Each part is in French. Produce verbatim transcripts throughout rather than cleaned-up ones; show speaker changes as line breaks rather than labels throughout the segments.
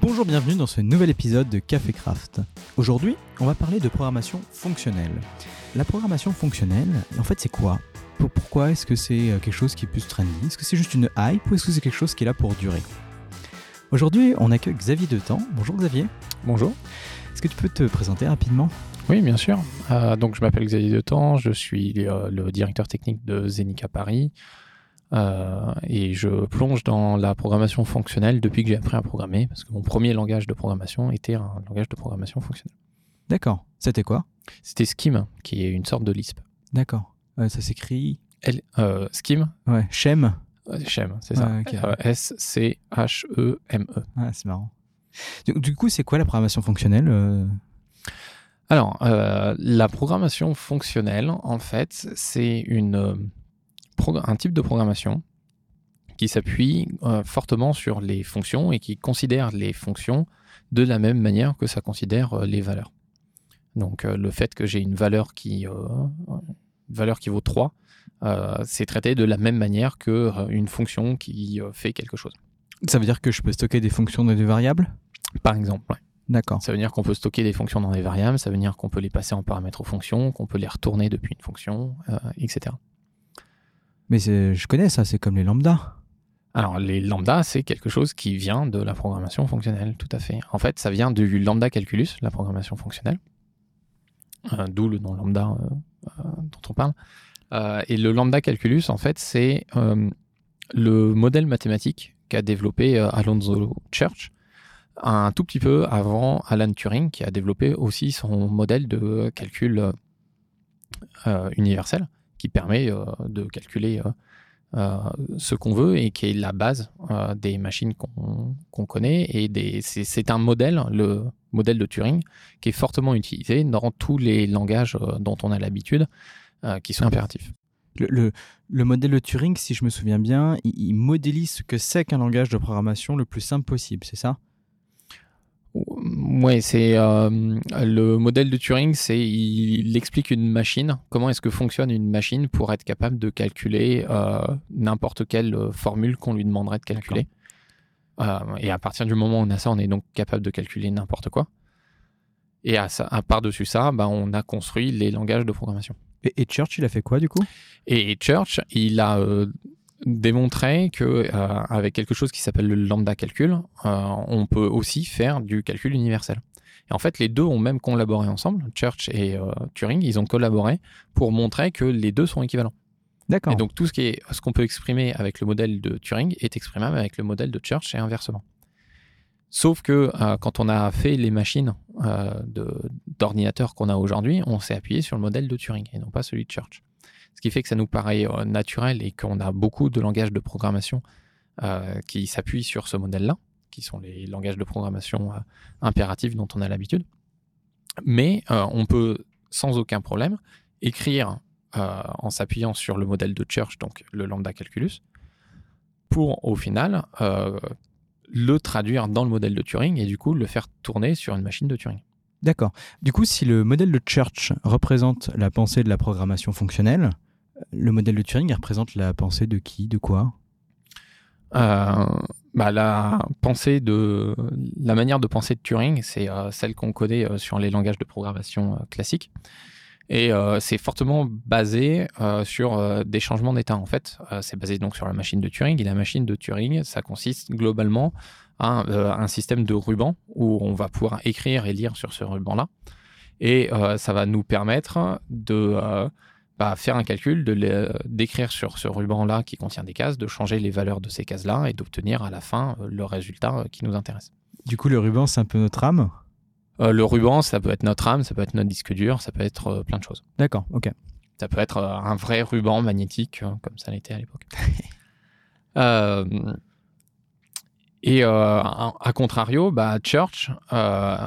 Bonjour, bienvenue dans ce nouvel épisode de Café Craft. Aujourd'hui, on va parler de programmation fonctionnelle. La programmation fonctionnelle, en fait, c'est quoi ? Pourquoi est-ce que c'est quelque chose qui est plus trendy ? Est-ce que c'est juste une hype ou est-ce que c'est quelque chose qui est là pour durer ? Aujourd'hui, on accueille Xavier Detemps. Bonjour Xavier.
Bonjour.
Est-ce que tu peux te présenter rapidement ?
Oui, bien sûr. Euh, donc, je m'appelle Xavier Detemps, je suis euh, le directeur technique de Zenica Paris euh, et je plonge dans la programmation fonctionnelle depuis que j'ai appris à programmer, parce que mon premier langage de programmation était un langage de programmation fonctionnelle.
D'accord. C'était quoi ?
C'était Scheme, qui est une sorte de Lisp.
D'accord. Euh, ça s'écrit...
L- euh, Scheme
Ouais, Shem.
euh, Shem, c'est ça.
Ouais, ok.
Euh, S C H E M E.
Ah, c'est marrant. Du, du coup, c'est quoi la programmation fonctionnelle euh...
Alors, euh, la programmation fonctionnelle, en fait, c'est une, euh, prog- un type de programmation qui s'appuie euh, fortement sur les fonctions et qui considère les fonctions de la même manière que ça considère euh, les valeurs. Donc, euh, le fait que j'ai une valeur qui, euh, une valeur qui vaut trois, euh, c'est traité de la même manière qu'une fonction qui euh, fait quelque chose.
Ça veut dire que je peux stocker des fonctions dans des variables ?
Par exemple, ouais.
D'accord.
Ça veut dire qu'on peut stocker des fonctions dans des variables, ça veut dire qu'on peut les passer en paramètres aux fonctions, qu'on peut les retourner depuis une fonction, euh, et cetera.
Mais c'est, je connais ça, c'est comme les lambda.
Alors, les lambda, c'est quelque chose qui vient de la programmation fonctionnelle, tout à fait. En fait, ça vient du lambda calculus, la programmation fonctionnelle, euh, d'où le nom lambda euh, euh, dont on parle. Euh, et le lambda calculus, en fait, c'est euh, le modèle mathématique qu'a développé euh, Alonzo Church, un tout petit peu avant Alan Turing, qui a développé aussi son modèle de calcul euh, universel, qui permet euh, de calculer euh, euh, ce qu'on veut et qui est la base euh, des machines qu'on, qu'on connaît. Et des, c'est, c'est un modèle, le modèle de Turing, qui est fortement utilisé dans tous les langages euh, dont on a l'habitude, euh, qui sont impératifs.
Le, le, le modèle de Turing, si je me souviens bien, il, il modélise ce que c'est qu'un langage de programmation le plus simple possible, c'est ça ?
Ouais, c'est euh, le modèle de Turing, c'est il, il explique une machine, comment est-ce que fonctionne une machine pour être capable de calculer euh, n'importe quelle formule qu'on lui demanderait de calculer. Euh, et à partir du moment où on a ça, on est donc capable de calculer n'importe quoi. Et à, ça, à par-dessus ça, bah, on a construit les langages de programmation.
Et, et Church, il a fait quoi du coup ?
Et Church, il a euh, démontré que euh, avec quelque chose qui s'appelle le lambda calcul, euh, on peut aussi faire du calcul universel. Et en fait, les deux ont même collaboré ensemble, Church et euh, Turing, ils ont collaboré pour montrer que les deux sont équivalents.
D'accord.
Et donc tout ce qui est ce qu'on peut exprimer avec le modèle de Turing est exprimable avec le modèle de Church et inversement. Sauf que euh, quand on a fait les machines euh, de, d'ordinateurs qu'on a aujourd'hui, on s'est appuyé sur le modèle de Turing et non pas celui de Church. Ce qui fait que ça nous paraît euh, naturel et qu'on a beaucoup de langages de programmation euh, qui s'appuient sur ce modèle-là, qui sont les langages de programmation euh, impératifs dont on a l'habitude. Mais euh, on peut sans aucun problème écrire euh, en s'appuyant sur le modèle de Church, donc le lambda calculus, pour au final euh, le traduire dans le modèle de Turing et du coup le faire tourner sur une machine de Turing.
D'accord. Du coup, si le modèle de Church représente la pensée de la programmation fonctionnelle, le modèle de Turing il représente la pensée de qui, de quoi ?
euh, bah, La pensée de la manière de penser de Turing, c'est euh, celle qu'on connaît euh, sur les langages de programmation euh, classiques. Et euh, c'est fortement basé euh, sur euh, des changements d'état. En fait, euh, c'est basé donc sur la machine de Turing. Et la machine de Turing, ça consiste globalement à euh, un système de rubans où on va pouvoir écrire et lire sur ce ruban-là. Et euh, ça va nous permettre de euh, bah, faire un calcul, de les, d'écrire sur ce ruban-là qui contient des cases, de changer les valeurs de ces cases-là et d'obtenir à la fin euh, le résultat euh, qui nous intéresse.
Du coup, le ruban, c'est un peu notre âme ?
Euh, le ruban, ça peut être notre RAM, ça peut être notre disque dur, ça peut être euh, plein de choses.
D'accord, ok.
Ça peut être euh, un vrai ruban magnétique, euh, comme ça l'était à l'époque. euh, et euh, à contrario, bah, Church euh,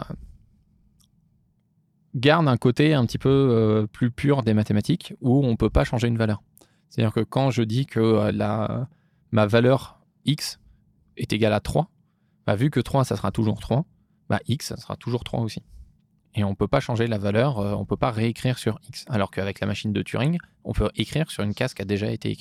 garde un côté un petit peu euh, plus pur des mathématiques où on ne peut pas changer une valeur. C'est-à-dire que quand je dis que euh, la, ma valeur x est égale à trois, bah, vu que trois, ça sera toujours trois, bah, x, ça sera toujours trois aussi. Et on ne peut pas changer la valeur, euh, on ne peut pas réécrire sur x. Alors qu'avec la machine de Turing, on peut écrire sur une case qui a déjà été écrite.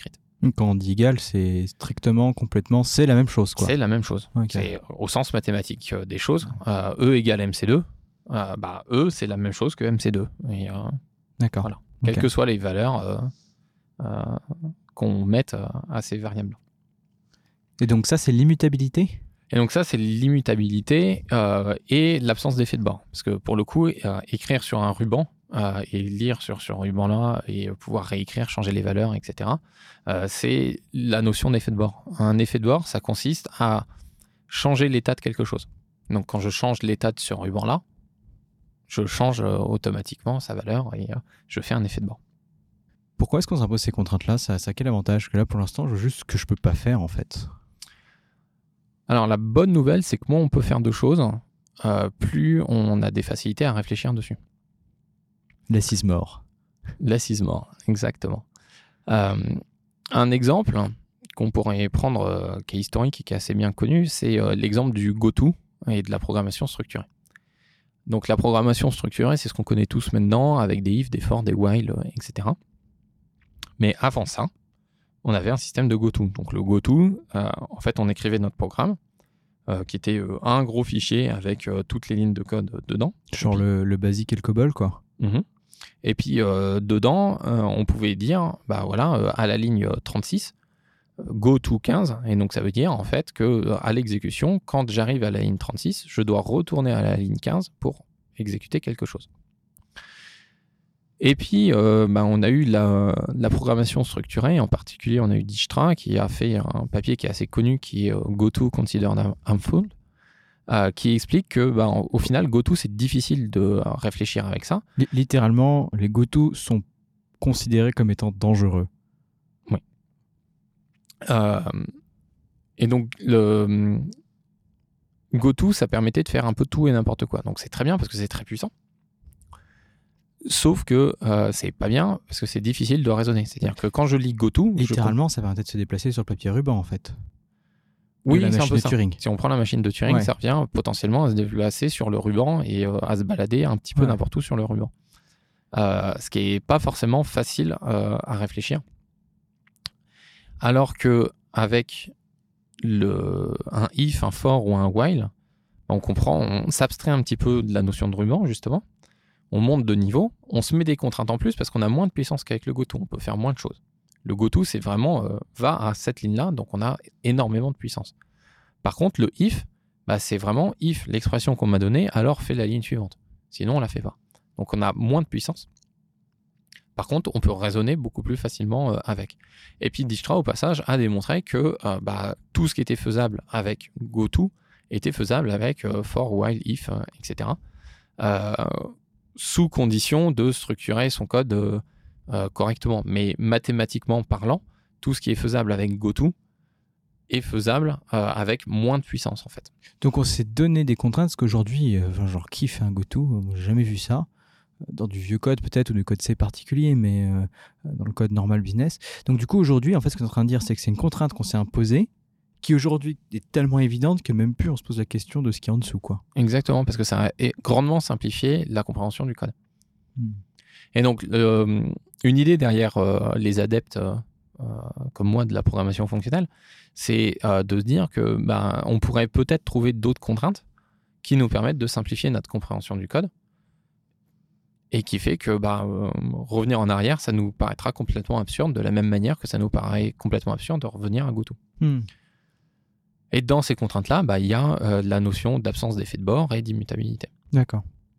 Quand on dit égal, c'est strictement, complètement, c'est la même chose, quoi.
C'est la même chose. Okay. C'est au sens mathématique des choses. Euh, E égale M C deux. Euh, bah, E, c'est la même chose que M C deux. Et, euh,
D'accord.
Voilà. Okay. Quelles que soient les valeurs euh, euh, qu'on mette à ces variables.
Et donc ça, c'est l'immutabilité ?
Et donc ça, c'est l'immutabilité euh, et l'absence d'effet de bord. Parce que pour le coup, euh, écrire sur un ruban euh, et lire sur ce ruban-là et pouvoir réécrire, changer les valeurs, et cetera, euh, c'est la notion d'effet de bord. Un effet de bord, ça consiste à changer l'état de quelque chose. Donc quand je change l'état de ce ruban-là, je change euh, automatiquement sa valeur et euh, je fais un effet de bord.
Pourquoi est-ce qu'on s'impose ces contraintes-là ? Ça, ça a quel avantage ? Que là, pour l'instant, je veux juste ce que je peux pas faire, en fait.
Alors, la bonne nouvelle, c'est que moins on peut faire de choses, euh, plus on a des facilités à réfléchir dessus.
L'assise mort.
L'assise mort, exactement. Euh, un exemple qu'on pourrait prendre, euh, qui est historique et qui est assez bien connu, c'est euh, l'exemple du GoTo et de la programmation structurée. Donc, la programmation structurée, c'est ce qu'on connaît tous maintenant, avec des if, des for, des while, euh, et cetera. Mais avant ça, on avait un système de GoTo. Donc le GoTo, euh, en fait, on écrivait notre programme, euh, qui était euh, un gros fichier avec euh, toutes les lignes de code euh, dedans.
Genre le, le basic et le COBOL, quoi.
Mm-hmm. Et puis euh, dedans, euh, on pouvait dire, bah voilà, euh, à la ligne trente-six, euh, GoTo quinze. Et donc ça veut dire en fait que euh, à l'exécution, quand j'arrive à la ligne trente-six, je dois retourner à la ligne quinze pour exécuter quelque chose. Et puis, euh, bah, on a eu la, la programmation structurée, en particulier, on a eu Dijkstra qui a fait un papier qui est assez connu, qui est euh, GoTo Considered Harmful, euh, qui explique que, bah, en, au final, GoTo, c'est difficile de réfléchir avec ça.
L- littéralement, les GoTo sont considérés comme étant dangereux.
Oui. Euh, et donc, le GoTo, ça permettait de faire un peu tout et n'importe quoi. Donc, c'est très bien parce que c'est très puissant. Sauf que euh, c'est pas bien parce que c'est difficile de raisonner. C'est-à-dire que quand je lis GoTo...
Littéralement, je... ça permettait de se déplacer sur le papier ruban, en fait.
Oui,
la
c'est
machine
un peu
de
ça.
Turing.
Si on prend la machine de Turing, ouais. Ça revient potentiellement à se déplacer sur le ruban et euh, à se balader un petit peu ouais. n'importe où sur le ruban. Euh, ce qui n'est pas forcément facile euh, à réfléchir. Alors qu'avec le, un if, un for ou un while, on comprend, on s'abstrait un petit peu de la notion de ruban, justement. On monte de niveau, on se met des contraintes en plus parce qu'on a moins de puissance qu'avec le GoTo, on peut faire moins de choses. Le GoTo, c'est vraiment, euh, va à cette ligne-là, donc on a énormément de puissance. Par contre, le if, bah, c'est vraiment if, l'expression qu'on m'a donnée, alors fais la ligne suivante. Sinon, on la fait pas. Donc on a moins de puissance. Par contre, on peut raisonner beaucoup plus facilement euh, avec. Et puis Dijkstra, au passage, a démontré que euh, bah, tout ce qui était faisable avec GoTo était faisable avec euh, for, while, if, euh, et cetera. Euh, sous condition de structurer son code euh, euh, correctement. Mais mathématiquement parlant, tout ce qui est faisable avec GoTo est faisable euh, avec moins de puissance, en fait.
Donc on s'est donné des contraintes, parce qu'aujourd'hui, euh, genre qui fait un GoTo ? J'ai jamais vu ça. Dans du vieux code peut-être, ou du code C particulier, mais euh, dans le code normal business. Donc du coup, aujourd'hui, en fait, ce qu'on est en train de dire, c'est que c'est une contrainte qu'on s'est imposée, qui aujourd'hui est tellement évidente que même plus on se pose la question de ce qu'il y a en dessous, quoi.
Exactement, parce que ça a grandement simplifié la compréhension du code. Hmm. Et donc, euh, une idée derrière euh, les adeptes euh, comme moi de la programmation fonctionnelle, c'est euh, de se dire que bah, on pourrait peut-être trouver d'autres contraintes qui nous permettent de simplifier notre compréhension du code et qui fait que bah, euh, revenir en arrière, ça nous paraîtra complètement absurde de la même manière que ça nous paraît complètement absurde de revenir à GoTo. Hmm. Et dans ces contraintes-là, bah, y a euh, la notion d'absence d'effet de bord et d'immutabilité.
D'accord.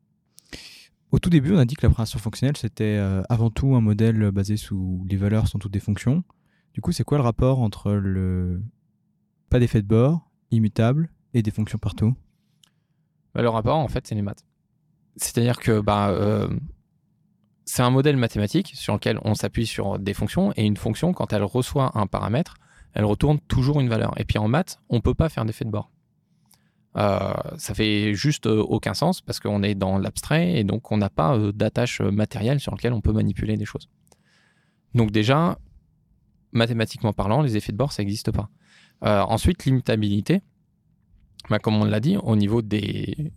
Au tout début, on a dit que la programmation fonctionnelle, c'était euh, avant tout un modèle basé sous les valeurs sont toutes des fonctions. Du coup, c'est quoi le rapport entre le pas d'effet de bord, immutable et des fonctions partout ?
Bah, le rapport, en fait, c'est les maths. C'est-à-dire que bah, euh, c'est un modèle mathématique sur lequel on s'appuie sur des fonctions, et une fonction, quand elle reçoit un paramètre, elle retourne toujours une valeur. Et puis en maths, on ne peut pas faire d'effet de bord. Euh, ça fait juste euh, aucun sens parce qu'on est dans l'abstrait et donc on n'a pas euh, d'attache matérielle sur laquelle on peut manipuler des choses. Donc déjà, mathématiquement parlant, les effets de bord, ça n'existe pas. Euh, ensuite, l'immutabilité, bah, comme on l'a dit, au niveau des,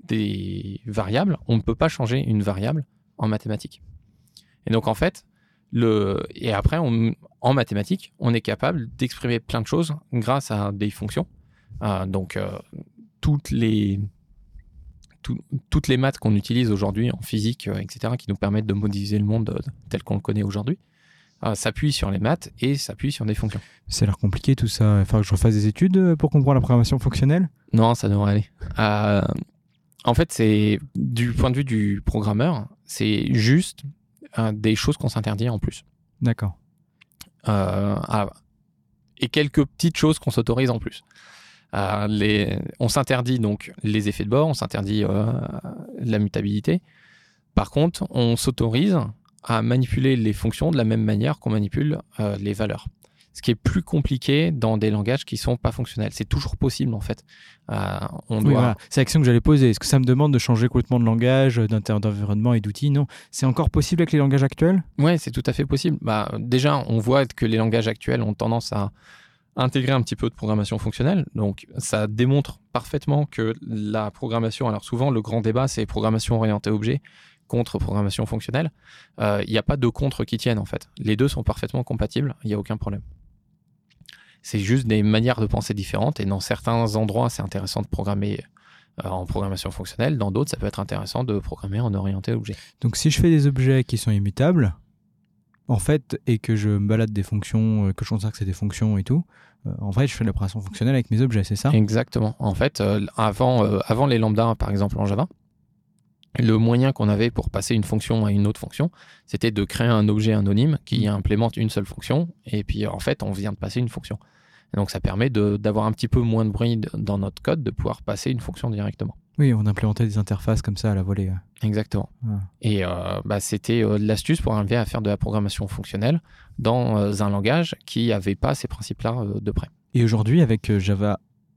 des variables, on ne peut pas changer une variable en mathématiques. Et donc en fait, Le... Et après, on... en mathématiques, on est capable d'exprimer plein de choses grâce à des fonctions. Euh, donc, euh, toutes les... Tout... toutes les maths qu'on utilise aujourd'hui en physique, euh, et cetera, qui nous permettent de modéliser le monde euh, tel qu'on le connaît aujourd'hui, euh, s'appuient sur les maths et s'appuient sur des fonctions.
Ça a l'air compliqué tout ça. Il faudra que je refasse des études pour comprendre la programmation fonctionnelle?
Non, ça devrait aller. Euh... En fait, c'est du point de vue du programmeur, c'est juste euh, des choses qu'on s'interdit en plus.
D'accord.
Euh, ah, et quelques petites choses qu'on s'autorise en plus. Euh, les, on s'interdit donc les effets de bord, on s'interdit euh, la mutabilité. Par contre, on s'autorise à manipuler les fonctions de la même manière qu'on manipule euh, les valeurs. Ce qui est plus compliqué dans des langages qui sont pas fonctionnels. C'est toujours possible en fait. Euh, on
oui,
doit...
voilà. C'est la question que j'allais poser. Est-ce que ça me demande de changer complètement de langage, d'environnement et d'outils? Non. C'est encore possible avec les langages actuels?
Ouais, c'est tout à fait possible. Bah, déjà, on voit que les langages actuels ont tendance à intégrer un petit peu de programmation fonctionnelle. Donc, ça démontre parfaitement que la programmation... Alors souvent, le grand débat, c'est programmation orientée objet contre programmation fonctionnelle. Il euh, n'y a pas de contre qui tiennent en fait. Les deux sont parfaitement compatibles. Il n'y a aucun problème. C'est juste des manières de penser différentes et dans certains endroits, c'est intéressant de programmer euh, en programmation fonctionnelle. Dans d'autres, ça peut être intéressant de programmer en orienté objet.
Donc, si je fais des objets qui sont immutables, en fait, et que je me balade des fonctions, euh, que je considère que c'est des fonctions et tout, euh, en vrai, je fais de l'opération fonctionnelle avec mes objets, c'est ça?
Exactement. En fait, euh, avant, euh, avant les lambdas, par exemple en Java, le moyen qu'on avait pour passer une fonction à une autre fonction, c'était de créer un objet anonyme qui implémente une seule fonction. Et puis, en fait, on vient de passer une fonction. Et donc, ça permet de, d'avoir un petit peu moins de bruit dans notre code, de pouvoir passer une fonction directement.
Oui, on implémentait des interfaces comme ça à la volée.
Exactement.
Ah.
Et euh, bah, c'était euh, l'astuce pour arriver à faire de la programmation fonctionnelle dans euh, un langage qui n'avait pas ces principes-là euh, de près.
Et aujourd'hui, avec euh, Java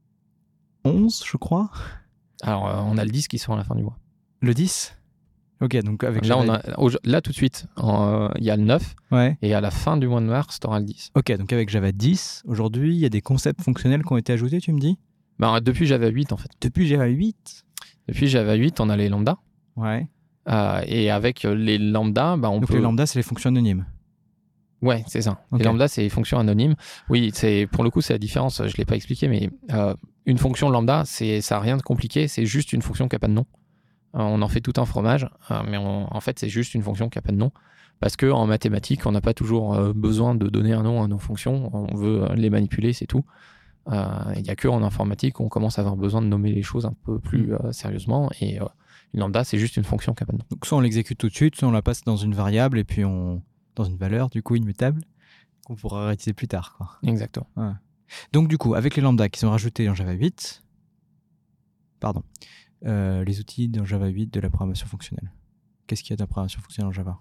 onze, je crois.
Alors, euh, on a le dix qui sort à la fin du mois.
Le dix? Ok, donc avec
là,
Java...
on a, là, tout de suite, il euh, y a le neuf.
Ouais.
Et à la fin du mois de mars, tu auras le dix.
Ok, donc avec Java dix, aujourd'hui, il y a des concepts fonctionnels qui ont été ajoutés, tu me dis?
Bah, depuis Java huit, en fait.
Depuis Java huit?
Depuis Java huit, on a les lambdas.
Ouais.
Euh, et avec les lambdas, bah, on
donc
peut...
les lambdas, c'est les fonctions anonymes?
Ouais, c'est ça.
Okay.
Les lambdas, c'est les fonctions anonymes. Oui, c'est, pour le coup, c'est la différence. Je ne l'ai pas expliqué, mais euh, une fonction lambda, c'est, ça n'a rien de compliqué. C'est juste une fonction qui n'a pas de nom. Euh, on en fait tout un fromage, euh, mais on, en fait, c'est juste une fonction qui n'a pas de nom. Parce qu'en mathématiques, on n'a pas toujours euh, besoin de donner un nom à nos fonctions. On veut les manipuler, c'est tout. Il euh, n'y a qu'en informatique qu'on commence à avoir besoin de nommer les choses un peu plus euh, sérieusement. Et euh, une lambda, c'est juste une fonction qui n'a pas de nom.
Donc soit on l'exécute tout de suite, soit on la passe dans une variable et puis on... dans une valeur, du coup, immutable, qu'on pourra réutiliser plus tard, quoi.
Exactement.
Ouais. Donc, du coup, avec les lambdas qui sont rajoutés en Java huit, pardon, euh, les outils dans Java huit de la programmation fonctionnelle. Qu'est-ce qu'il y a de la programmation fonctionnelle en Java?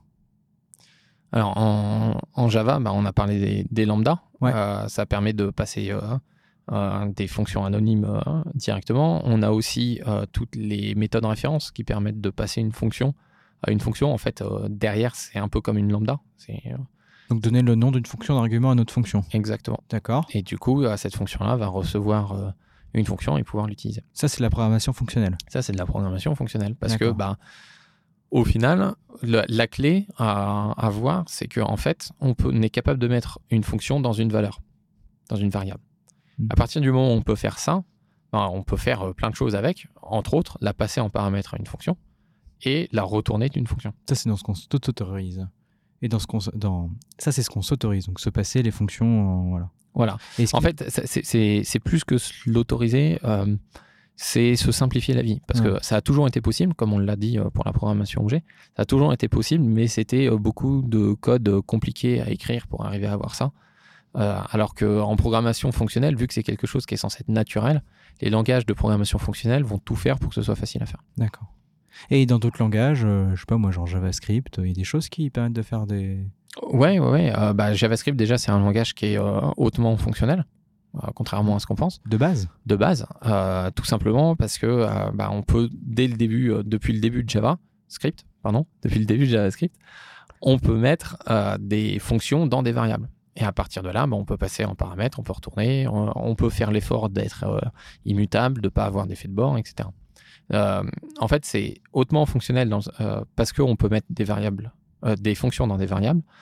Alors, en, en Java, bah, on a parlé des, des lambdas.
Ouais.
Euh, ça permet de passer euh, euh, des fonctions anonymes euh, directement. On a aussi euh, toutes les méthodes de référence qui permettent de passer une fonction à une fonction. En fait, euh, derrière, c'est un peu comme une lambda. C'est, euh...
Donc, donner le nom d'une fonction d'argument à une autre fonction.
Exactement.
D'accord.
Et du coup, euh, cette fonction-là va recevoir euh, une fonction et pouvoir l'utiliser. Ça,
c'est de la programmation fonctionnelle.
Ça, c'est de la programmation fonctionnelle. Parce D'accord. que, bah, au final, le, la clé à, à voir, c'est qu'en fait, on, peut, on est capable de mettre une fonction dans une valeur, dans une variable. Mmh. À partir du moment où on peut faire ça, ben, on peut faire plein de choses avec, entre autres, la passer en paramètre à une fonction et la retourner d'une fonction.
Ça, c'est dans ce qu'on s'autorise. Et dans ce qu'on dans ça, c'est ce qu'on s'autorise. Donc, se passer les fonctions, euh, voilà.
Voilà. En fait, c'est, c'est, c'est plus que l'autoriser, euh, c'est se simplifier la vie. Parce ouais. que ça a toujours été possible, comme on l'a dit pour la programmation objet, ça a toujours été possible, mais c'était beaucoup de code compliqué à écrire pour arriver à avoir ça. Euh, alors qu'en programmation fonctionnelle, vu que c'est quelque chose qui est censé être naturel, les langages de programmation fonctionnelle vont tout faire pour que ce soit facile à faire.
D'accord. Et dans d'autres langages, euh, je sais pas moi, genre JavaScript, il y a des choses qui permettent de faire des...
Ouais, ouais, ouais. Euh, bah, JavaScript, déjà, c'est un langage qui est euh, hautement fonctionnel, euh, contrairement à ce qu'on pense.
De base
De base, euh, tout simplement parce que euh, bah, on peut, dès le début, euh, depuis le début de JavaScript, pardon, depuis le début de JavaScript, on peut mettre euh, des fonctions dans des variables. Et à partir de là, bah, on peut passer en paramètres, on peut retourner, on, on peut faire l'effort d'être euh, immutable, de ne pas avoir d'effet de bord, et cetera. Euh, en fait, c'est hautement fonctionnel dans, euh, parce qu'on peut mettre des variables, euh, des fonctions dans des variables,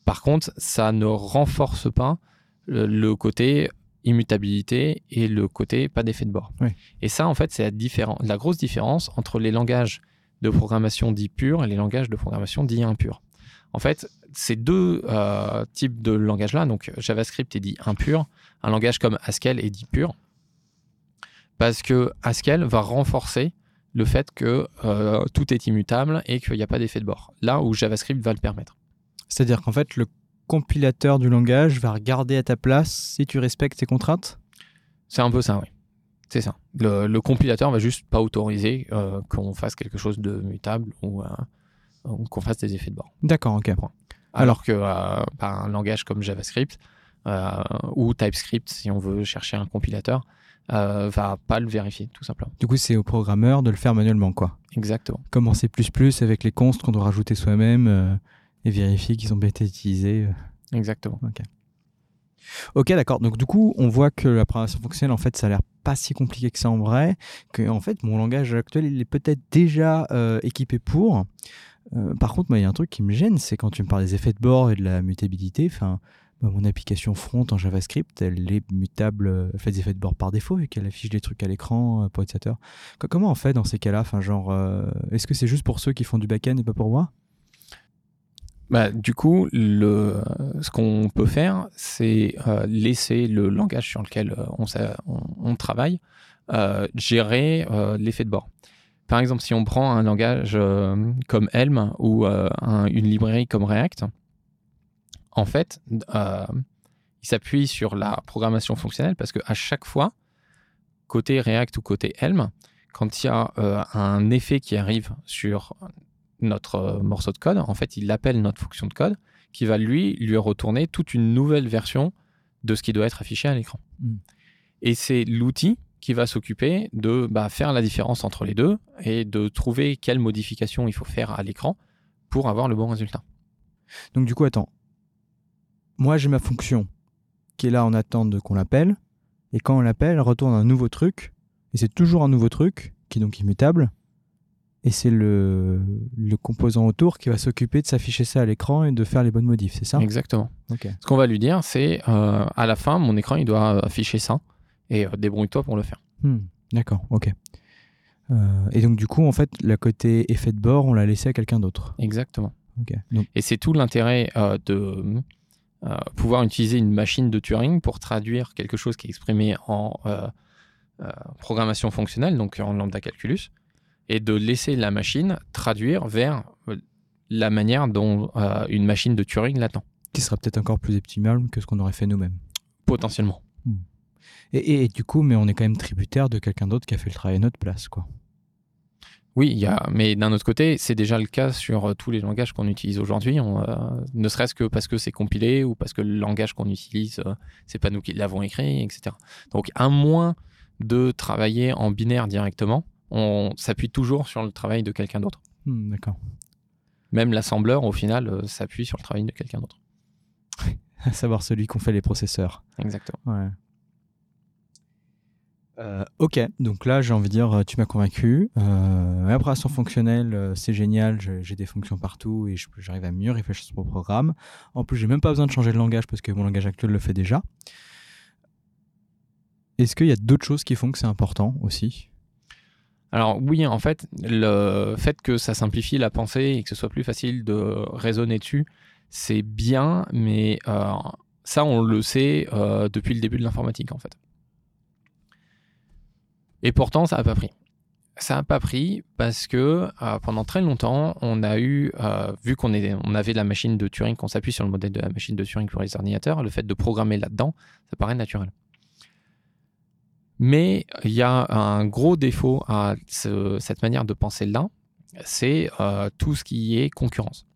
Par contre, ça ne renforce pas le, le côté immutabilité et le côté pas d'effet de bord.
Oui.
Et ça, en fait, c'est la, différen- la grosse différence entre les langages de programmation dits purs et les langages de programmation dits impurs. En fait, ces deux euh, types de langages-là, donc JavaScript est dit impur, un langage comme Haskell est dit pur, parce que Haskell va renforcer le fait que euh, tout est immutable et qu'il n'y a pas d'effet de bord, là où JavaScript va le permettre.
C'est-à-dire qu'en fait, le compilateur du langage va regarder à ta place si tu respectes tes contraintes ?
C'est un peu ça, oui. C'est ça. Le, le compilateur va juste pas autoriser euh, qu'on fasse quelque chose de mutable ou, euh, ou qu'on fasse des effets de bord.
D'accord, ok.
Alors, Alors que euh, bah, un langage comme JavaScript euh, ou TypeScript, si on veut chercher un compilateur, euh, va pas le vérifier, tout simplement.
Du coup, c'est au programmeur de le faire manuellement, quoi.
Exactement.
Comme en C plus plus avec les consts qu'on doit rajouter soi-même euh, et vérifier qu'ils ont bien été utilisés. euh.
Exactement.
Ok. Ok, d'accord. Donc du coup, on voit que la programmation fonctionnelle, en fait, ça a l'air pas si compliqué que ça en vrai. Que en fait, mon langage actuel, il est peut-être déjà euh, équipé pour. Euh, par contre, moi, il y a un truc qui me gêne, c'est quand tu me parles des effets de bord et de la mutabilité. Enfin, bah, mon application front en JavaScript, elle est mutable, euh, elle fait des effets de bord par défaut vu qu'elle affiche des trucs à l'écran euh, pour utilisateur. Co- Comment on fait dans ces cas-là? Enfin, genre, euh, est-ce que c'est juste pour ceux qui font du back-end et pas pour moi?
Bah, du coup, le, ce qu'on peut faire, c'est euh, laisser le langage sur lequel euh, on, s'a- on, on travaille euh, gérer euh, l'effet de bord. Par exemple, si on prend un langage euh, comme Helm ou euh, un- une librairie comme React, en fait, euh, il s'appuie sur la programmation fonctionnelle parce qu'à chaque fois, côté React ou côté Helm, quand il y a euh, un effet qui arrive sur notre euh, morceau de code, en fait, il appelle notre fonction de code qui va lui, lui retourner toute une nouvelle version de ce qui doit être affiché à l'écran.
Mm.
Et c'est l'outil qui va s'occuper de bah, faire la différence entre les deux et de trouver quelle modification il faut faire à l'écran pour avoir le bon résultat.
Donc du coup, attends. Moi, j'ai ma fonction qui est là en attente de qu'on l'appelle. Et quand on l'appelle, elle retourne un nouveau truc. Et c'est toujours un nouveau truc qui est donc immutable. Et c'est le, le composant autour qui va s'occuper de s'afficher ça à l'écran et de faire les bonnes modifs, c'est ça?
Exactement.
Ok.
Ce qu'on va lui dire, c'est euh, à la fin, mon écran, il doit afficher ça et euh, débrouille-toi pour le faire.
Hmm, d'accord, ok. Euh, et donc du coup, en fait, le côté effet de bord, on l'a laissé à quelqu'un d'autre.
Exactement.
Ok. Donc,
Et c'est tout l'intérêt euh, de euh, pouvoir utiliser une machine de Turing pour traduire quelque chose qui est exprimé en euh, euh, programmation fonctionnelle, donc en lambda calculus, et de laisser la machine traduire vers euh, la manière dont euh, une machine de Turing l'attend,
qui sera peut-être encore plus optimal que ce qu'on aurait fait nous-mêmes.
potentiellement.
Et, et, et du coup, mais on est quand même tributaire de quelqu'un d'autre qui a fait le travail à notre place, quoi.
Oui, il y a, mais d'un autre côté, c'est déjà le cas sur euh, tous les langages qu'on utilise aujourd'hui, on, euh, ne serait-ce que parce que c'est compilé ou parce que le langage qu'on utilise, euh, c'est pas nous qui l'avons écrit, et cetera. Donc, à moins de travailler en binaire directement, on s'appuie toujours sur le travail de quelqu'un d'autre.
Hmm, d'accord.
Même l'assembleur, au final, euh, s'appuie sur le travail de quelqu'un d'autre.
À savoir celui qu'on fait les processeurs.
Exactement.
Ouais. Euh, ok, donc là j'ai envie de dire, tu m'as convaincu. Euh, la programmation fonctionnelle, euh, c'est génial, je- j'ai des fonctions partout et je- j'arrive à mieux réfléchir sur mon programme. En plus, j'ai même pas besoin de changer de langage parce que mon langage actuel le fait déjà. Est-ce qu'il y a d'autres choses qui font que c'est important aussi?
Alors oui, en fait, le fait que ça simplifie la pensée et que ce soit plus facile de raisonner dessus, c'est bien, mais euh, ça, on le sait euh, depuis le début de l'informatique, en fait. Et pourtant, ça n'a pas pris. Ça n'a pas pris parce que euh, pendant très longtemps, on a eu, euh, vu qu'on est, on avait la machine de Turing, qu'on s'appuie sur le modèle de la machine de Turing pour les ordinateurs, le fait de programmer là-dedans, ça paraît naturel. Mais il y a un gros défaut à ce, cette manière de penser là, c'est euh, tout ce qui est concurrence.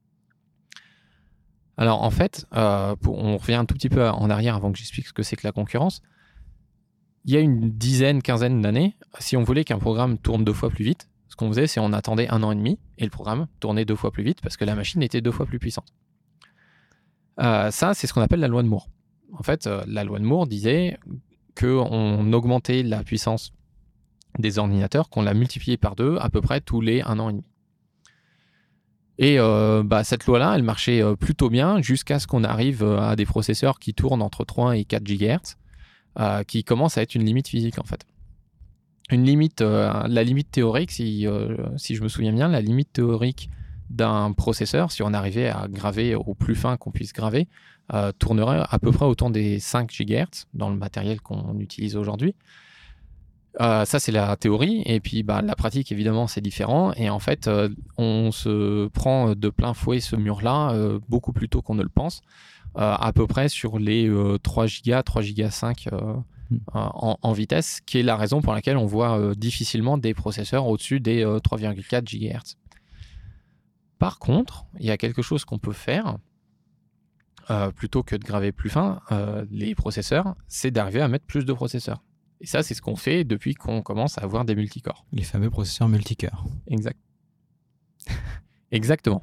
Alors en fait, euh, pour, on revient un tout petit peu en arrière avant que j'explique ce que c'est que la concurrence. Il y a une dizaine, quinzaine d'années, si on voulait qu'un programme tourne deux fois plus vite, ce qu'on faisait, c'est on attendait un an et demi et le programme tournait deux fois plus vite parce que la machine était deux fois plus puissante. Euh, ça, c'est ce qu'on appelle la loi de Moore. En fait, euh, la loi de Moore disait qu'on augmentait la puissance des ordinateurs, qu'on la multipliait par deux à peu près tous les un an et demi. Et euh, bah, cette loi-là, elle marchait euh, plutôt bien jusqu'à ce qu'on arrive euh, à des processeurs qui tournent entre trois et quatre gigahertz, euh, qui commencent à être une limite physique en fait. Une limite, euh, la limite théorique, si, euh, si je me souviens bien, la limite théorique d'un processeur, si on arrivait à graver au plus fin qu'on puisse graver, euh, tournerait à peu près autour des cinq gigahertz dans le matériel qu'on utilise aujourd'hui. Euh, ça, c'est la théorie. Et puis, bah, la pratique, évidemment, c'est différent. Et en fait, euh, on se prend de plein fouet ce mur-là euh, beaucoup plus tôt qu'on ne le pense, euh, à peu près sur les euh, trois gigas, trois gigas cinq euh, mmh. en, en vitesse, qui est la raison pour laquelle on voit euh, difficilement des processeurs au-dessus des euh, trois virgule quatre gigahertz. Par contre, il y a quelque chose qu'on peut faire, euh, plutôt que de graver plus fin, euh, les processeurs, c'est d'arriver à mettre plus de processeurs. Et ça, c'est ce qu'on fait depuis qu'on commence à avoir des multicorps.
Les fameux processeurs multicœurs.
Exact. Exactement.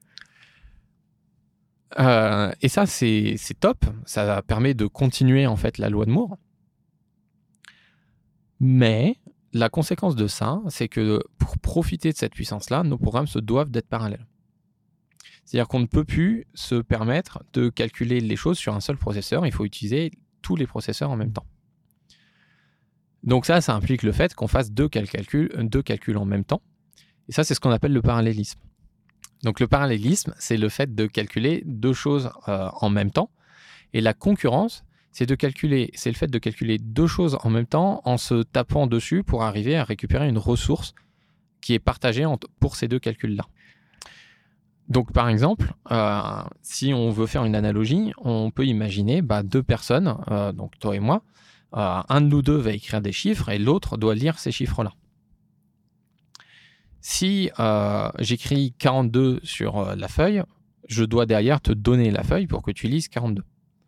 Euh, et ça, c'est, c'est top. Ça permet de continuer en fait la loi de Moore. Mais la conséquence de ça, c'est que pour profiter de cette puissance-là, nos programmes se doivent d'être parallèles. C'est-à-dire qu'on ne peut plus se permettre de calculer les choses sur un seul processeur. Il faut utiliser tous les processeurs en même temps. Donc ça, ça implique le fait qu'on fasse deux calculs, deux calculs en même temps. Et ça, c'est ce qu'on appelle le parallélisme. Donc le parallélisme, c'est le fait de calculer deux choses euh, en même temps. Et la concurrence, c'est de calculer, c'est le fait de calculer deux choses en même temps en se tapant dessus pour arriver à récupérer une ressource qui est partagée entre, pour ces deux calculs-là. Donc par exemple, euh, si on veut faire une analogie, on peut imaginer bah, deux personnes, euh, donc toi et moi. Euh, un de nous deux va écrire des chiffres et l'autre doit lire ces chiffres-là. Si euh, j'écris quarante-deux sur euh, la feuille, je dois derrière te donner la feuille pour que tu lises quarante-deux.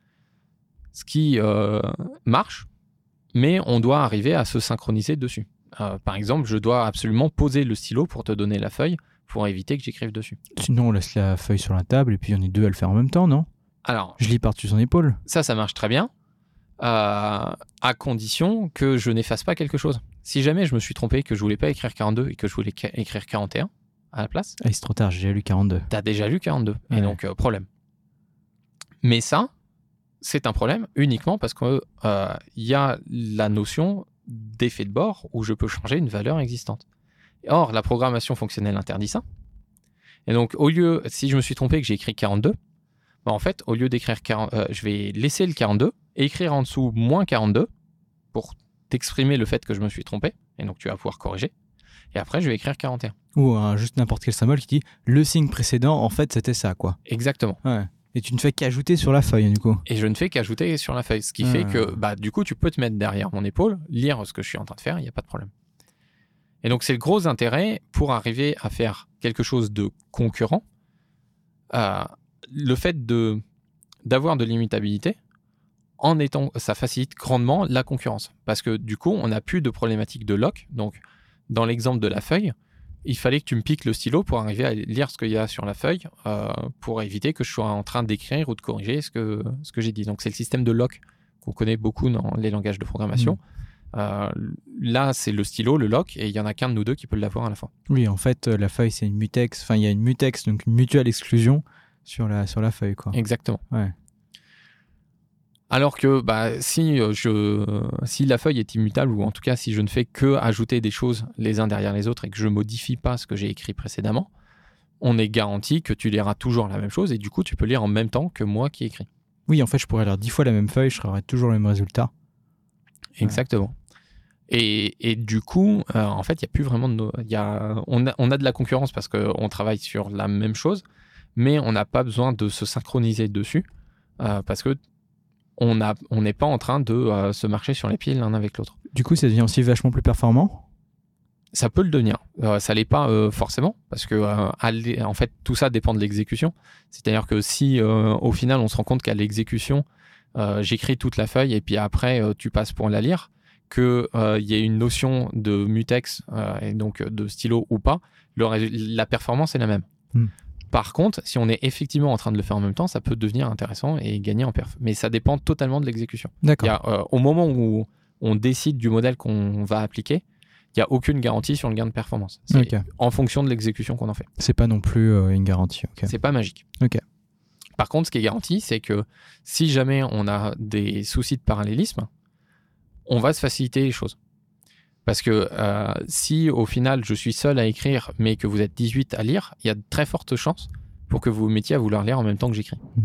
Ce qui euh, marche, mais on doit arriver à se synchroniser dessus. Euh, par exemple, je dois absolument poser le stylo pour te donner la feuille pour éviter que j'écrive dessus.
Sinon, on laisse la feuille sur la table et puis on est deux à le faire en même temps, non ?
Alors,
je lis par-dessus son épaule.
Ça, ça marche très bien. Euh, à condition que je n'efface pas quelque chose. Si jamais je me suis trompé, que je voulais pas écrire quarante-deux et que je voulais écrire quarante et un à la place,
ah, c'est trop tard, j'ai déjà lu quarante-deux.
T'as déjà lu quarante-deux,
ouais.
Et donc euh, problème. Mais ça, c'est un problème uniquement parce qu'il euh, y a la notion d'effet de bord où je peux changer une valeur existante. Or, la programmation fonctionnelle interdit ça. Et donc, au lieu, si je me suis trompé que j'ai écrit quarante-deux, bah en fait, au lieu d'écrire quarante, euh, je vais laisser le quarante-deux et écrire en dessous moins quarante-deux pour t'exprimer le fait que je me suis trompé. Et donc, tu vas pouvoir corriger. Et après, je vais écrire quarante et un.
Ou euh, juste n'importe quel symbole qui dit le signe précédent, en fait, c'était ça, quoi.
Exactement.
Ouais. Et tu ne fais qu'ajouter sur la feuille, du coup.
Et je ne fais qu'ajouter sur la feuille. Ce qui ah. fait que, bah, du coup, tu peux te mettre derrière mon épaule, lire ce que je suis en train de faire, il n'y a pas de problème. Et donc, c'est le gros intérêt pour arriver à faire quelque chose de concurrent. Euh, le fait de, d'avoir de l'immutabilité, en étant, ça facilite grandement la concurrence. Parce que du coup, on n'a plus de problématique de lock. Donc, dans l'exemple de la feuille, il fallait que tu me piques le stylo pour arriver à lire ce qu'il y a sur la feuille, euh, pour éviter que je sois en train d'écrire ou de corriger ce que, ce que j'ai dit. Donc, c'est le système de lock qu'on connaît beaucoup dans les langages de programmation. Mmh. Euh, là, c'est le stylo, le lock, et il n'y en a qu'un de nous deux qui peut l'avoir à la fois.
Oui, en fait, la feuille, c'est une mutex. Enfin, il y a une mutex, donc une mutuelle exclusion sur la, sur la feuille, quoi.
Exactement.
Ouais.
Alors que bah, si, je, si la feuille est immutable, ou en tout cas si je ne fais que ajouter des choses les uns derrière les autres et que je ne modifie pas ce que j'ai écrit précédemment, on est garanti que tu liras toujours la même chose et du coup tu peux lire en même temps que moi qui écris.
Oui, en fait je pourrais lire dix fois la même feuille, je aurais toujours le même résultat.
Exactement. Ouais. Et, et du coup, euh, en fait, il n'y a plus vraiment de... No... Y a... On, a, on a de la concurrence parce qu'on travaille sur la même chose, mais on n'a pas besoin de se synchroniser dessus euh, parce que on a, on n'est pas en train de euh, se marcher sur les pieds l'un avec l'autre.
Du coup, ça devient aussi vachement plus performant ?
Ça peut le devenir. Euh, ça ne l'est pas euh, forcément, parce que euh, en fait, tout ça dépend de l'exécution. C'est-à-dire que si, euh, au final, on se rend compte qu'à l'exécution, euh, j'écris toute la feuille et puis après, euh, tu passes pour la lire, qu'il euh, y ait une notion de mutex, euh, et donc de stylo ou pas, le, la performance est la même. Hmm. Par contre, si on est effectivement en train de le faire en même temps, ça peut devenir intéressant et gagner en perf. Mais ça dépend totalement de l'exécution.
D'accord.
Il y a, euh, au moment où on décide du modèle qu'on va appliquer, il n'y a aucune garantie sur le gain de performance. C'est
okay.
en fonction de l'exécution qu'on en fait.
C'est pas non plus euh, une garantie. Okay.
C'est pas magique.
Okay.
Par contre, ce qui est garanti, c'est que si jamais on a des soucis de parallélisme, on va se faciliter les choses. Parce que euh, si au final je suis seul à écrire, mais que vous êtes dix-huit à lire, il y a de très fortes chances pour que vous vous mettiez à vouloir lire en même temps que j'écris. Mmh.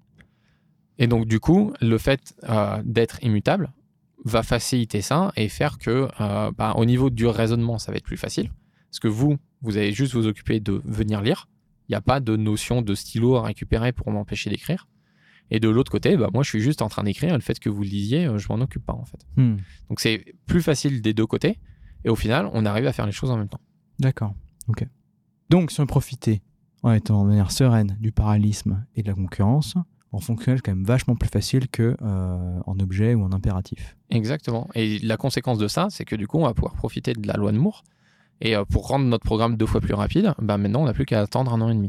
Et donc du coup, le fait euh, d'être immutable va faciliter ça et faire que euh, bah, au niveau du raisonnement, ça va être plus facile. Parce que vous, vous allez juste vous occuper de venir lire. Il n'y a pas de notion de stylo à récupérer pour m'empêcher d'écrire. Et de l'autre côté, bah, moi, je suis juste en train d'écrire. Et le fait que vous le lisiez, je m'en occupe pas, en fait. Hmm. Donc, c'est plus facile des deux côtés. Et au final, on arrive à faire les choses en même temps.
D'accord. OK. Donc, si on profitait en étant de manière sereine du parallélisme et de la concurrence, en fonctionnel, c'est quand même vachement plus facile qu'en euh, objet ou en impératif.
Exactement. Et la conséquence de ça, c'est que du coup, on va pouvoir profiter de la loi de Moore. Et euh, pour rendre notre programme deux fois plus rapide, bah maintenant, on n'a plus qu'à attendre un an et demi.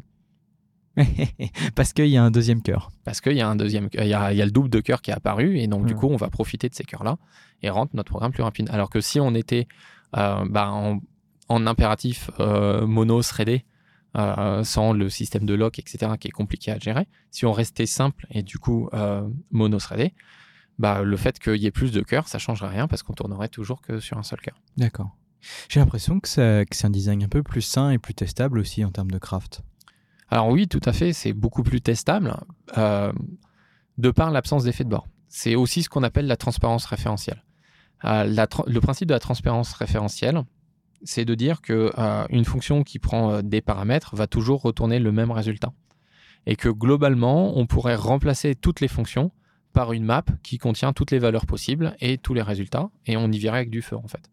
Parce qu'il y a un deuxième cœur.
Parce qu'il y a un deuxième, il y a, il y a le double de cœur qui est apparu. Et donc, ouais. du coup, on va profiter de ces cœurs-là et rendre notre programme plus rapide. Alors que si on était euh, bah, en, en impératif euh, mono-threadé, euh, sans le système de lock, et cetera, qui est compliqué à gérer, si on restait simple et du coup euh, mono-threadé, bah, le fait qu'il y ait plus de cœurs, ça ne changerait rien parce qu'on tournerait toujours que sur un seul cœur.
D'accord. J'ai l'impression que, ça, que c'est un design un peu plus sain et plus testable aussi en termes de craft.
Alors oui, tout à fait, c'est beaucoup plus testable euh, de par l'absence d'effet de bord. C'est aussi ce qu'on appelle la transparence référentielle. Euh, la tra- le principe de la transparence référentielle, c'est de dire qu'une euh, fonction qui prend euh, des paramètres va toujours retourner le même résultat. Et que globalement, on pourrait remplacer toutes les fonctions par une map qui contient toutes les valeurs possibles et tous les résultats, et on y virait avec du feu en fait.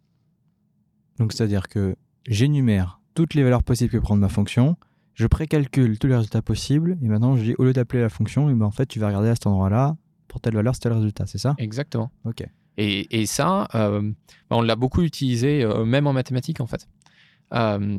Donc c'est-à-dire que j'énumère toutes les valeurs possibles que prend ma fonction, je précalcule tous les résultats possibles, et maintenant je dis au lieu d'appeler la fonction, et ben en fait tu vas regarder à cet endroit-là, pour telle valeur c'est tel résultat, c'est ça ?
Exactement.
Ok.
Et, et ça, euh, on l'a beaucoup utilisé, euh, même en mathématiques en fait. Euh,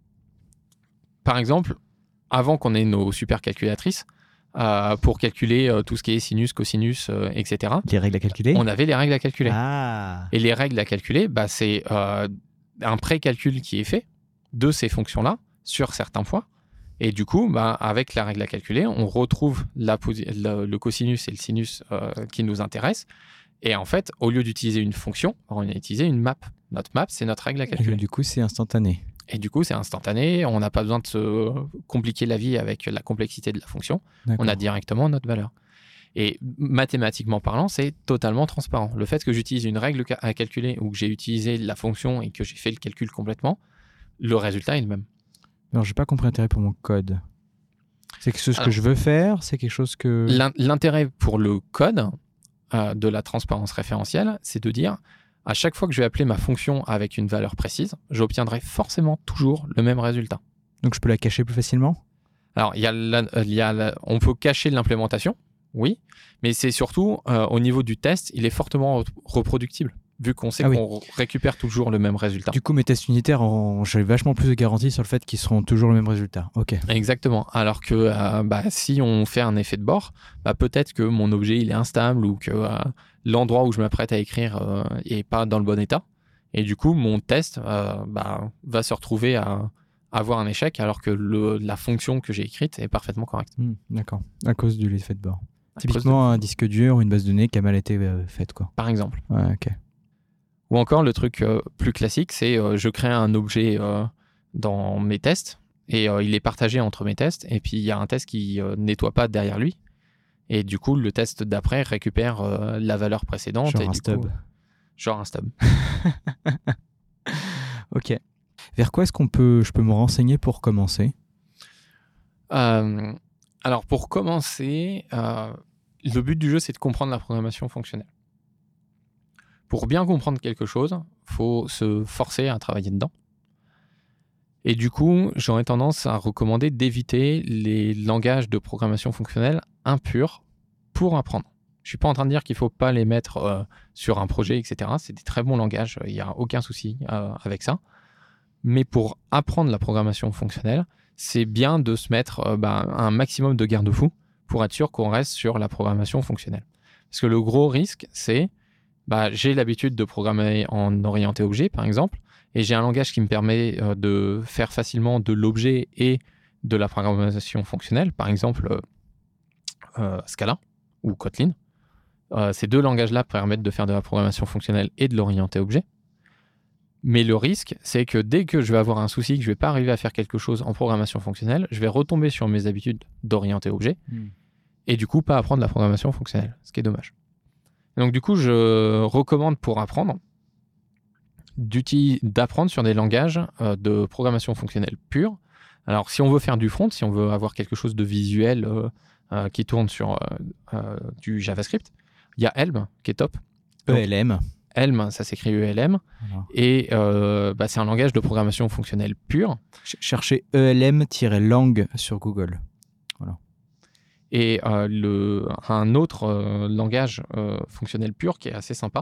par exemple, avant qu'on ait nos supercalculatrices, euh, pour calculer euh, tout ce qui est sinus, cosinus, euh, et cetera.
Les règles à calculer ?
On avait les règles à calculer.
Ah.
Et les règles à calculer, bah, c'est euh, un pré-calcul qui est fait de ces fonctions-là sur certains points. Et du coup, bah, avec la règle à calculer, on retrouve la, le, le cosinus et le sinus euh, qui nous intéressent. Et en fait, au lieu d'utiliser une fonction, on a utilisé une map. Notre map, c'est notre règle à calculer.
Et du coup, c'est instantané.
Et du coup, c'est instantané. On n'a pas besoin de se compliquer la vie avec la complexité de la fonction. D'accord. On a directement notre valeur. Et mathématiquement parlant, c'est totalement transparent. Le fait que j'utilise une règle à calculer ou que j'ai utilisé la fonction et que j'ai fait le calcul complètement, le résultat est le même.
Alors, je n'ai pas compris l'intérêt pour mon code. C'est quelque chose Alors, que je veux faire, c'est quelque chose que...
L'intérêt pour le code euh, de la transparence référentielle, c'est de dire, à chaque fois que je vais appeler ma fonction avec une valeur précise, j'obtiendrai forcément toujours le même résultat.
Donc, je peux la cacher plus facilement ? Alors,
il y a la, il y a la, on peut cacher l'implémentation, oui, mais c'est surtout, euh, au niveau du test, il est fortement reproductible. Vu qu'on sait ah qu'on oui. récupère toujours le même résultat.
Du coup, mes tests unitaires, ont... j'ai vachement plus de garanties sur le fait qu'ils seront toujours le même résultat. Ok.
Exactement. Alors que euh, bah, si on fait un effet de bord, bah, peut-être que mon objet il est instable ou que euh, l'endroit où je m'apprête à écrire n'est euh, pas dans le bon état. Et du coup, mon test euh, bah, va se retrouver à avoir un échec alors que le, la fonction que j'ai écrite est parfaitement correcte.
Mmh, d'accord. À cause de l'effet de bord. À Typiquement, de... un disque dur ou une base de données qui a mal été euh, faite, quoi.
Par exemple.
Ouais, ok.
Ou encore, le truc euh, plus classique, c'est euh, je crée un objet euh, dans mes tests et euh, il est partagé entre mes tests et puis il y a un test qui euh, nettoie pas derrière lui et du coup, le test d'après récupère euh, la valeur précédente.
Genre
et
un
du
stub.
Coup, genre un stub.
Ok. Vers quoi est-ce qu'on peut, je peux me renseigner pour commencer ?
euh, Alors, pour commencer, euh, le but du jeu, c'est de comprendre la programmation fonctionnelle. Pour bien comprendre quelque chose, il faut se forcer à travailler dedans. Et du coup, j'aurais tendance à recommander d'éviter les langages de programmation fonctionnelle impurs pour apprendre. Je ne suis pas en train de dire qu'il ne faut pas les mettre euh, sur un projet, et cetera. C'est des très bons langages, il n'y a aucun souci euh, avec ça. Mais pour apprendre la programmation fonctionnelle, c'est bien de se mettre euh, bah, un maximum de garde-fous pour être sûr qu'on reste sur la programmation fonctionnelle. Parce que le gros risque, c'est bah, j'ai l'habitude de programmer en orienté objet, par exemple, et j'ai un langage qui me permet euh, de faire facilement de l'objet et de la programmation fonctionnelle, par exemple euh, euh, Scala ou Kotlin. Euh, ces deux langages-là permettent de faire de la programmation fonctionnelle et de l'orienté objet. Mais le risque, c'est que dès que je vais avoir un souci, que je ne vais pas arriver à faire quelque chose en programmation fonctionnelle, je vais retomber sur mes habitudes d'orienté objet mmh. et du coup pas apprendre la programmation fonctionnelle, ce qui est dommage. Donc du coup, je recommande pour apprendre d'apprendre sur des langages euh, de programmation fonctionnelle pure. Alors si on veut faire du front, si on veut avoir quelque chose de visuel euh, euh, qui tourne sur euh, euh, du JavaScript, il y a Elm qui est top.
Donc, E L M.
Elm, ça s'écrit E L M. Voilà. Et euh, bah, c'est un langage de programmation fonctionnelle pure.
Ch- cherchez E L M-lang sur Google. Voilà.
Et euh, le, un autre euh, langage euh, fonctionnel pur qui est assez sympa,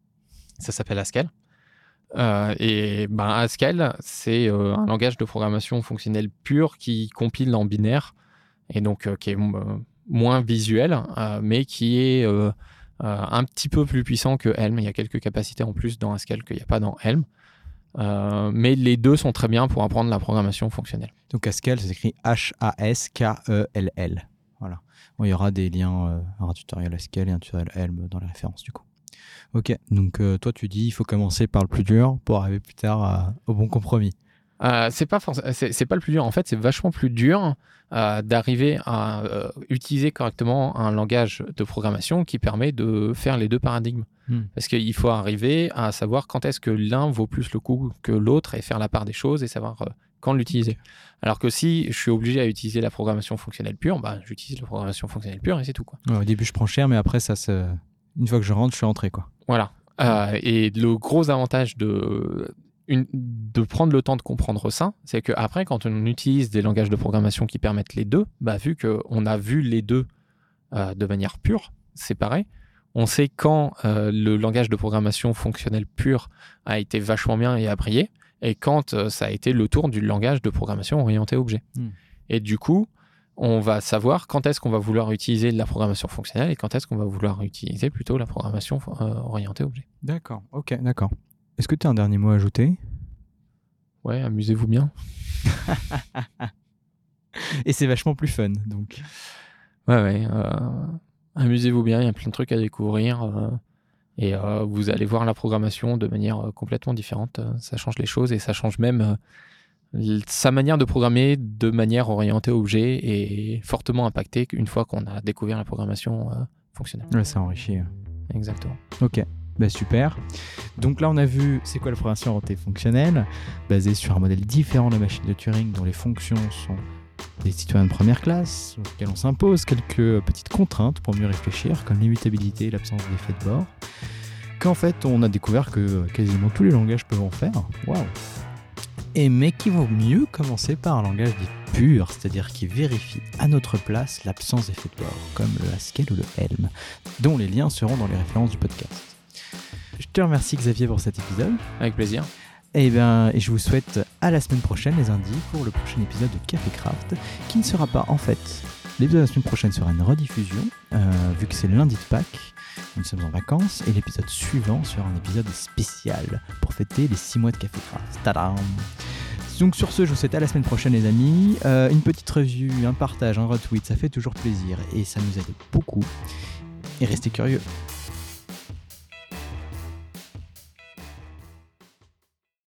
ça s'appelle Haskell. Euh, et ben, Haskell, c'est euh, un langage de programmation fonctionnelle pur qui compile en binaire et donc euh, qui est euh, moins visuel, euh, mais qui est euh, euh, un petit peu plus puissant que Helm. Il y a quelques capacités en plus dans Haskell qu'il n'y a pas dans Helm. Euh, mais les deux sont très bien pour apprendre la programmation fonctionnelle.
Donc Haskell, ça s'écrit H A S K E L L. Voilà. Bon, il y aura des liens, euh, un tutoriel Haskell et un tutoriel Helm dans les références du coup. Ok, donc euh, toi tu dis il faut commencer par le plus dur pour arriver plus tard à, au bon compromis.
Euh, c'est pas forc- c'est, c'est pas le plus dur. En fait, c'est vachement plus dur euh, d'arriver à euh, utiliser correctement un langage de programmation qui permet de faire les deux paradigmes. Hmm. Parce qu'il faut arriver à savoir quand est-ce que l'un vaut plus le coup que l'autre et faire la part des choses et savoir euh, quand l'utiliser. Okay. Alors que si je suis obligé à utiliser la programmation fonctionnelle pure, bah, j'utilise la programmation fonctionnelle pure et c'est tout, quoi.
Ouais, au début, je prends cher, mais après, ça se... une fois que je rentre, je suis entré, quoi.
Voilà. Euh, et le gros avantage de... Une, de prendre le temps de comprendre ça, c'est qu'après, quand on utilise des langages de programmation qui permettent les deux, bah, vu qu'on a vu les deux euh, de manière pure, séparée, on sait quand euh, le langage de programmation fonctionnel pur a été vachement bien et a brillé, et quand euh, ça a été le tour du langage de programmation orienté objet. Mmh. Et du coup, on va savoir quand est-ce qu'on va vouloir utiliser de la programmation fonctionnelle et quand est-ce qu'on va vouloir utiliser plutôt la programmation euh, orientée objet.
D'accord, ok, d'accord. Est-ce que tu as un dernier mot à ajouter ?
Ouais, amusez-vous bien.
Et c'est vachement plus fun, donc.
Ouais, ouais. Euh, amusez-vous bien, il y a plein de trucs à découvrir. Euh, et euh, vous allez voir la programmation de manière euh, complètement différente. Ça change les choses et ça change même euh, sa manière de programmer de manière orientée objet et fortement impactée une fois qu'on a découvert la programmation euh, fonctionnelle.
Ouais, ça enrichit.
Exactement.
Ok. Bah super. Donc là, on a vu c'est quoi la programmation orientée fonctionnelle, basée sur un modèle différent de la machine de Turing, dont les fonctions sont des citoyens de première classe, auxquels on s'impose quelques petites contraintes pour mieux réfléchir, comme l'immutabilité et l'absence d'effet de bord. Qu'en fait, on a découvert que quasiment tous les langages peuvent en faire. Waouh. Et mais qu'il vaut mieux commencer par un langage dit pur, c'est-à-dire qui vérifie à notre place l'absence d'effet de bord, comme le Haskell ou le Helm, dont les liens seront dans les références du podcast. Je te remercie Xavier pour cet épisode.
Avec plaisir.
Et, ben, et je vous souhaite à la semaine prochaine les indis pour le prochain épisode de Café Craft, qui ne sera pas en fait, l'épisode de la semaine prochaine sera une rediffusion, euh, vu que c'est le lundi de Pâques, nous sommes en vacances, et l'épisode suivant sera un épisode spécial pour fêter les six mois de Café Craft. Tadam! Donc sur ce, je vous souhaite à la semaine prochaine les amis, euh, une petite review, un partage, un retweet, ça fait toujours plaisir et ça nous aide beaucoup. Et restez curieux.